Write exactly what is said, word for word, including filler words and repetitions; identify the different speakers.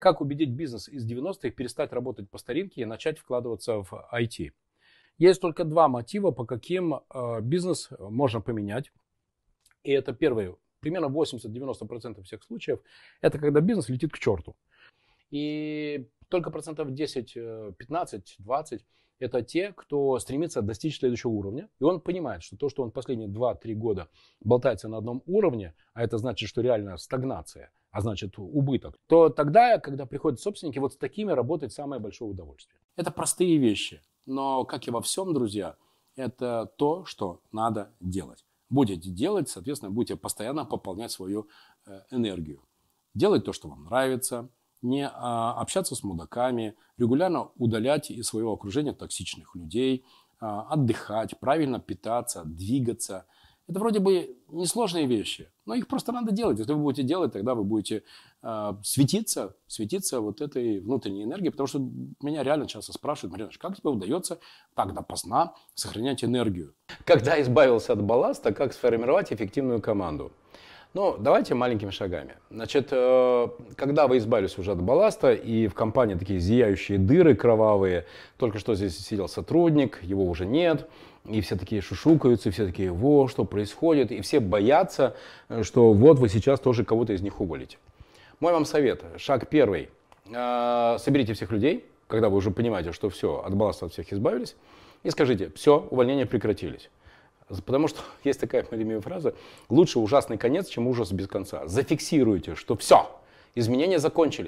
Speaker 1: Как убедить бизнес из девяностых перестать работать по старинке и начать вкладываться в ай ти? Есть только два мотива, по каким э, бизнес можно поменять. И это первый, примерно восемьдесят-девяносто процентов всех случаев, это когда бизнес летит к черту. И только процентов десять, пятнадцать, двадцать это те, кто стремится достичь следующего уровня. И он понимает, что то, что он последние два-три года болтается на одном уровне, а это значит, что реально стагнация, а значит убыток, то тогда, когда приходят собственники, вот с такими работать самое большое удовольствие. Это простые вещи. Но, как и во всем, друзья, это то, что надо делать. Будете делать, соответственно, будете постоянно пополнять свою энергию. Делать то, что вам нравится. Не а, общаться с мудаками, регулярно удалять из своего окружения токсичных людей, а, отдыхать, правильно питаться, двигаться. Это вроде бы несложные вещи, но их просто надо делать. Если вы будете делать, тогда вы будете а, светиться, светиться вот этой внутренней энергией, потому что меня реально часто спрашивают: Марина, как тебе удается так допоздна сохранять энергию? Когда избавился от балласта, как сформировать эффективную команду? Ну, давайте маленькими шагами. Значит, когда вы избавились уже от балласта, и в компании такие зияющие дыры кровавые, только что здесь сидел сотрудник, его уже нет, и все такие шушукаются, и все такие: во, что происходит, и все боятся, что вот вы сейчас тоже кого-то из них уволите. Мой вам совет. Шаг первый. Соберите всех людей, когда вы уже понимаете, что все, от балласта от всех избавились, и скажите: все, увольнения прекратились. Потому что есть такая любимая фраза: лучше ужасный конец, чем ужас без конца. Зафиксируйте, что все, изменения закончились.